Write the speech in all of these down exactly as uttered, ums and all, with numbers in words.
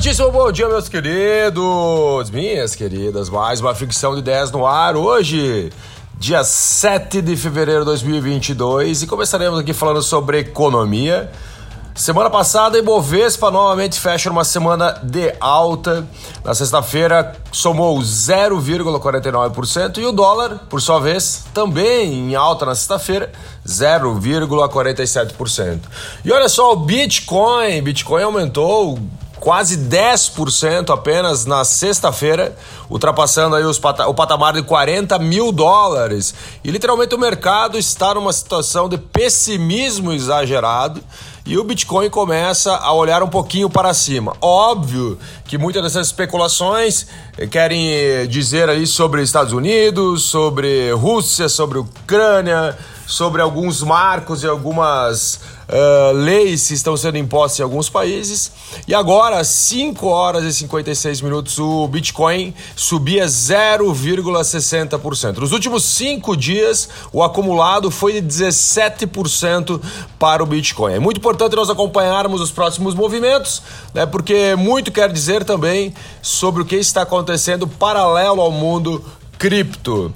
Muitíssimo bom dia, meus queridos, minhas queridas. Mais uma Fricção de ideias no ar hoje, dia sete de fevereiro de dois mil e vinte e dois, e começaremos aqui falando sobre economia. Semana passada, Ibovespa novamente fecha uma semana de alta. Na sexta-feira, somou zero vírgula quarenta e nove por cento e o dólar, por sua vez, também em alta na sexta-feira, zero vírgula quarenta e sete por cento. E olha só, o Bitcoin, Bitcoin aumentou quase dez por cento apenas na sexta-feira, ultrapassando aí os pata- o patamar de quarenta mil dólares. E literalmente o mercado está numa situação de pessimismo exagerado e o Bitcoin começa a olhar um pouquinho para cima. Óbvio que muitas dessas especulações querem dizer aí sobre Estados Unidos, sobre Rússia, sobre Ucrânia, sobre alguns marcos e algumas uh, leis que estão sendo impostas em alguns países. E agora, às cinco horas e cinquenta e seis minutos, o Bitcoin subia zero vírgula sessenta por cento. Nos últimos cinco dias, o acumulado foi de dezessete por cento para o Bitcoin. É muito importante nós acompanharmos os próximos movimentos, né, porque muito quer dizer também sobre o que está acontecendo paralelo ao mundo cripto.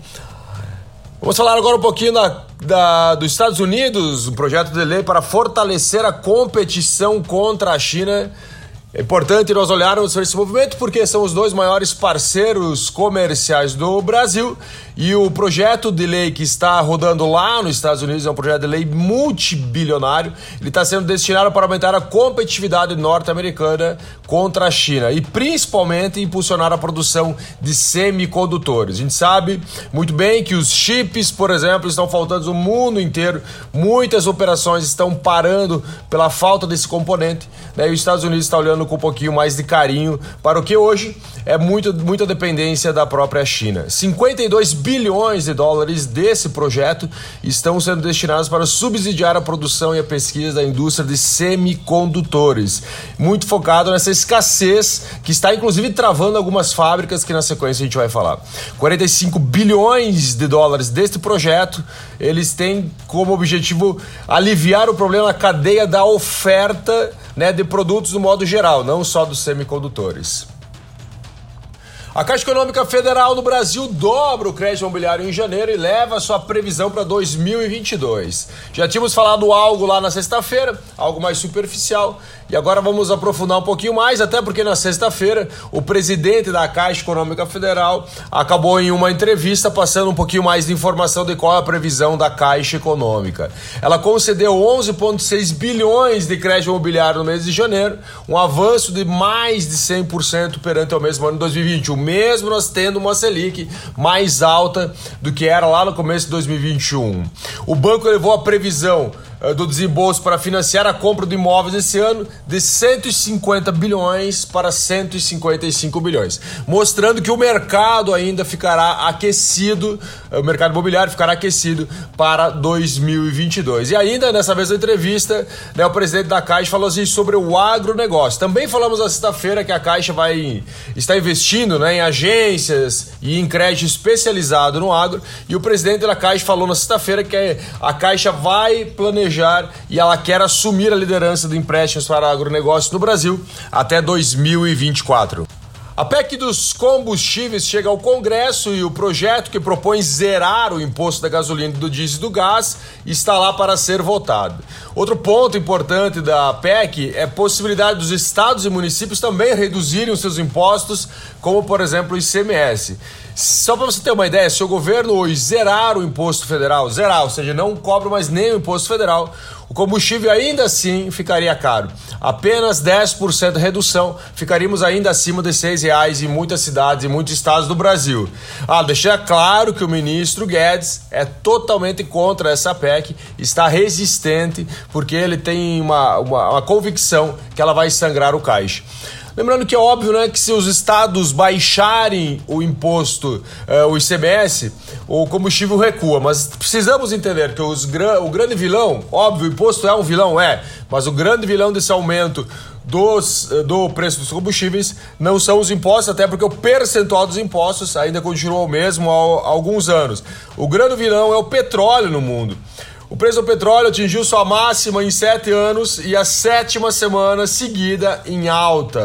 Vamos falar agora um pouquinho da, da, dos Estados Unidos, um projeto de lei para fortalecer a competição contra a China. É importante nós olharmos para esse movimento porque são os dois maiores parceiros comerciais do Brasil e o projeto de lei que está rodando lá nos Estados Unidos é um projeto de lei multibilionário. Ele está sendo destinado para aumentar a competitividade norte-americana contra a China e principalmente impulsionar a produção de semicondutores. A gente sabe muito bem que os chips, por exemplo, estão faltando no mundo inteiro. Muitas operações estão parando pela falta desse componente, né? E os Estados Unidos está olhando com um pouquinho mais de carinho para o que hoje é muito, muita dependência da própria China. cinquenta e dois bilhões de dólares desse projeto estão sendo destinados para subsidiar a produção e a pesquisa da indústria de semicondutores, muito focado nessa escassez que está inclusive travando algumas fábricas que na sequência a gente vai falar. quarenta e cinco bilhões de dólares deste projeto, eles têm como objetivo aliviar o problema na cadeia da oferta, né, de produtos no modo geral, não só dos semicondutores. A Caixa Econômica Federal no Brasil dobra o crédito imobiliário em janeiro e leva a sua previsão para dois mil e vinte e dois. Já tínhamos falado algo lá na sexta-feira, algo mais superficial, e agora vamos aprofundar um pouquinho mais, até porque na sexta-feira o presidente da Caixa Econômica Federal acabou em uma entrevista passando um pouquinho mais de informação de qual é a previsão da Caixa Econômica. Ela concedeu onze vírgula seis bilhões de crédito imobiliário no mês de janeiro, um avanço de mais de cem por cento perante ao mesmo ano de dois mil e vinte e um. Mesmo nós tendo uma Selic mais alta do que era lá no começo de dois mil e vinte e um. O banco elevou a previsão uh, do desembolso para financiar a compra de imóveis esse ano de cento e cinquenta bilhões para cento e cinquenta e cinco bilhões, mostrando que o mercado ainda ficará aquecido, uh, o mercado imobiliário ficará aquecido para dois mil e vinte e dois. E ainda nessa mesma entrevista, né, o presidente da Caixa falou assim sobre o agronegócio. Também falamos na sexta-feira que a Caixa vai estar investindo, né, em agências e em crédito especializado no agro, e o presidente da Caixa falou na sexta-feira que a Caixa vai planejar e ela quer assumir a liderança de empréstimos para agronegócio no Brasil até dois mil e vinte e quatro. A P E C dos combustíveis chega ao Congresso e o projeto que propõe zerar o imposto da gasolina, do diesel e do gás está lá para ser votado. Outro ponto importante da P E C é a possibilidade dos estados e municípios também reduzirem os seus impostos, como por exemplo o I C M S. Só para você ter uma ideia, se o governo hoje zerar o imposto federal, zerar, ou seja, não cobra mais nem o imposto federal, o combustível ainda assim ficaria caro. Apenas dez por cento de redução, ficaríamos ainda acima de seis reais em muitas cidades e muitos estados do Brasil. Ah, deixar claro que o ministro Guedes é totalmente contra essa P E C, está resistente, porque ele tem uma, uma, uma convicção que ela vai sangrar o caixa. Lembrando que é óbvio, né, que se os estados baixarem o imposto, uh, o I C M S, o combustível recua. Mas precisamos entender que os, o grande vilão, óbvio, o imposto é um vilão, é, mas o grande vilão desse aumento dos, do preço dos combustíveis não são os impostos, até porque o percentual dos impostos ainda continua o mesmo há, há alguns anos. O grande vilão é o petróleo no mundo. O preço do petróleo atingiu sua máxima em sete anos e a sétima semana seguida em alta.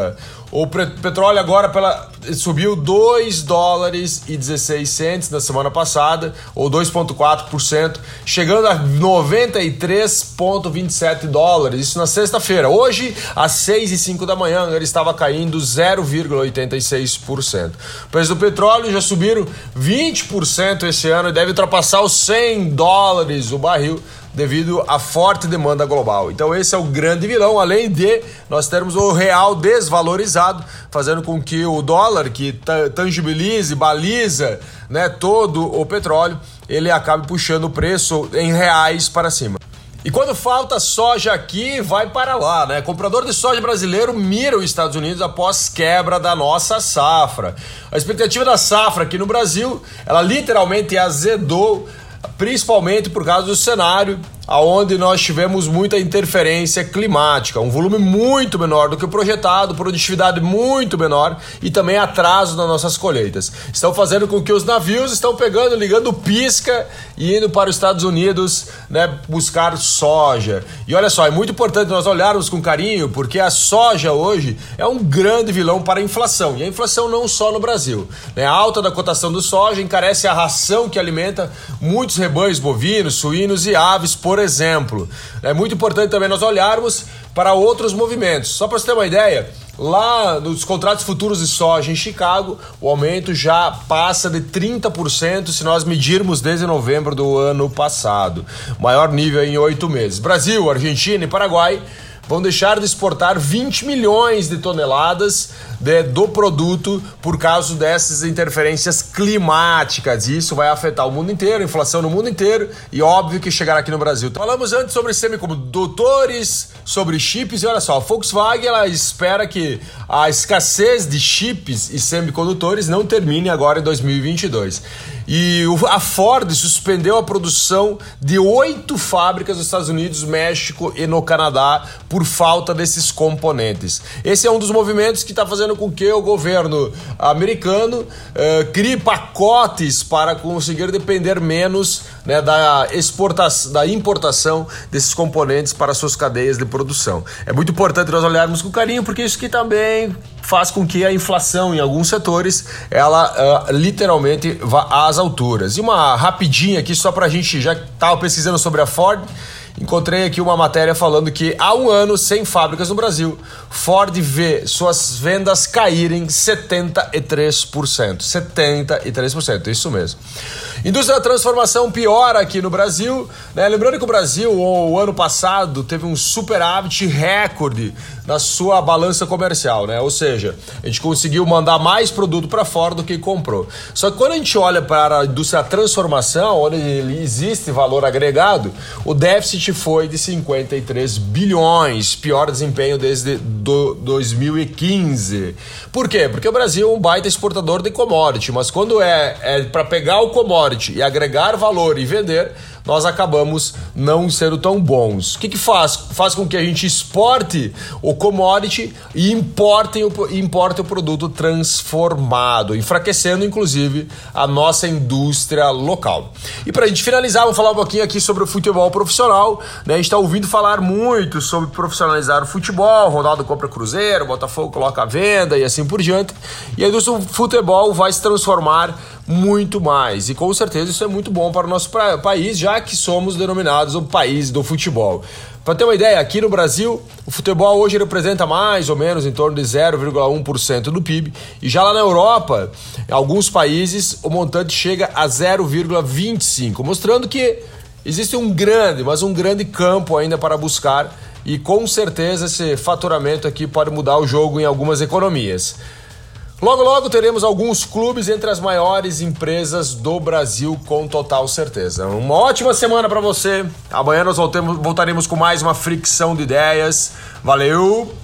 O petróleo agora pela, subiu dois dólares e dezesseis centos na semana passada, ou dois vírgula quatro por cento, chegando a noventa e três vírgula vinte e sete dólares, isso na sexta-feira. Hoje, às seis e cinco da manhã, ele estava caindo zero vírgula oitenta e seis por cento. O preço do petróleo já subiram vinte por cento esse ano e deve ultrapassar os cem dólares o barril, devido à forte demanda global. Então esse é o grande vilão, além de nós termos o real desvalorizado, fazendo com que o dólar, que tangibilize, baliza, né, todo o petróleo, ele acabe puxando o preço em reais para cima. E quando falta soja aqui, vai para lá, né? Comprador de soja brasileiro mira os Estados Unidos após quebra da nossa safra. A expectativa da safra aqui no Brasil, ela literalmente azedou, principalmente por causa do cenário onde nós tivemos muita interferência climática, um volume muito menor do que o projetado, produtividade muito menor e também atraso nas nossas colheitas. Estão fazendo com que os navios estão pegando, ligando pisca e indo para os Estados Unidos, né, buscar soja. E olha só, é muito importante nós olharmos com carinho, porque a soja hoje é um grande vilão para a inflação. E a inflação não só no Brasil, né? A alta da cotação do soja encarece a ração que alimenta muitos rebanhos bovinos, suínos e aves, por exemplo. É muito importante também nós olharmos para outros movimentos. Só para você ter uma ideia, lá nos contratos futuros de soja em Chicago, o aumento já passa de trinta por cento se nós medirmos desde novembro do ano passado. Maior nível em oito meses. Brasil, Argentina e Paraguai vão deixar de exportar vinte milhões de toneladas de, do produto por causa dessas interferências climáticas. E isso vai afetar o mundo inteiro, a inflação no mundo inteiro e óbvio que chegará aqui no Brasil. Falamos antes sobre semicondutores, sobre chips e olha só, a Volkswagen ela espera que a escassez de chips e semicondutores não termine agora em dois mil e vinte e dois. E a Ford suspendeu a produção de oito fábricas nos Estados Unidos, México e no Canadá por falta desses componentes. Esse é um dos movimentos que está fazendo com que o governo americano eh, crie pacotes para conseguir depender menos, né, da exportação, da importação desses componentes para suas cadeias de produção. É muito importante nós olharmos com carinho, porque isso que também faz com que a inflação em alguns setores ela uh, literalmente vá às alturas. E uma rapidinha aqui só para a gente, já estava pesquisando sobre a Ford, encontrei aqui uma matéria falando que há um ano, sem fábricas no Brasil, Ford vê suas vendas caírem setenta e três por cento. setenta e três por cento, isso mesmo. Indústria da transformação piora aqui no Brasil, né? Lembrando que o Brasil, o ano passado, teve um superávit recorde na sua balança comercial, né? Ou seja, a gente conseguiu mandar mais produto para fora do que comprou. Só que quando a gente olha para a indústria da transformação, onde existe valor agregado, o déficit foi de cinquenta e três bilhões, pior desempenho desde do dois mil e quinze. Por quê? Porque o Brasil é um baita exportador de commodity, mas quando é, é para pegar o commodity e agregar valor e vender, nós acabamos não sendo tão bons. O que que faz? Faz com que a gente exporte o commodity e importe o, importe o produto transformado, enfraquecendo inclusive a nossa indústria local. E para a gente finalizar, vamos falar um pouquinho aqui sobre o futebol profissional, né? A gente está ouvindo falar muito sobre profissionalizar o futebol, Ronaldo compra Cruzeiro, Botafogo coloca a venda e assim por diante, e a indústria do futebol vai se transformar muito mais, e com certeza isso é muito bom para o nosso pra- país, já que somos denominados o país do futebol. Para ter uma ideia, aqui no Brasil, o futebol hoje representa mais ou menos em torno de zero vírgula um por cento do P I B, e já lá na Europa, em alguns países, o montante chega a zero vírgula vinte e cinco por cento, mostrando que existe um grande, mas um grande campo ainda para buscar, e com certeza esse faturamento aqui pode mudar o jogo em algumas economias. Logo, logo teremos alguns clubes entre as maiores empresas do Brasil, com total certeza. Uma ótima semana para você. Amanhã nós voltemos, voltaremos com mais uma fricção de ideias. Valeu!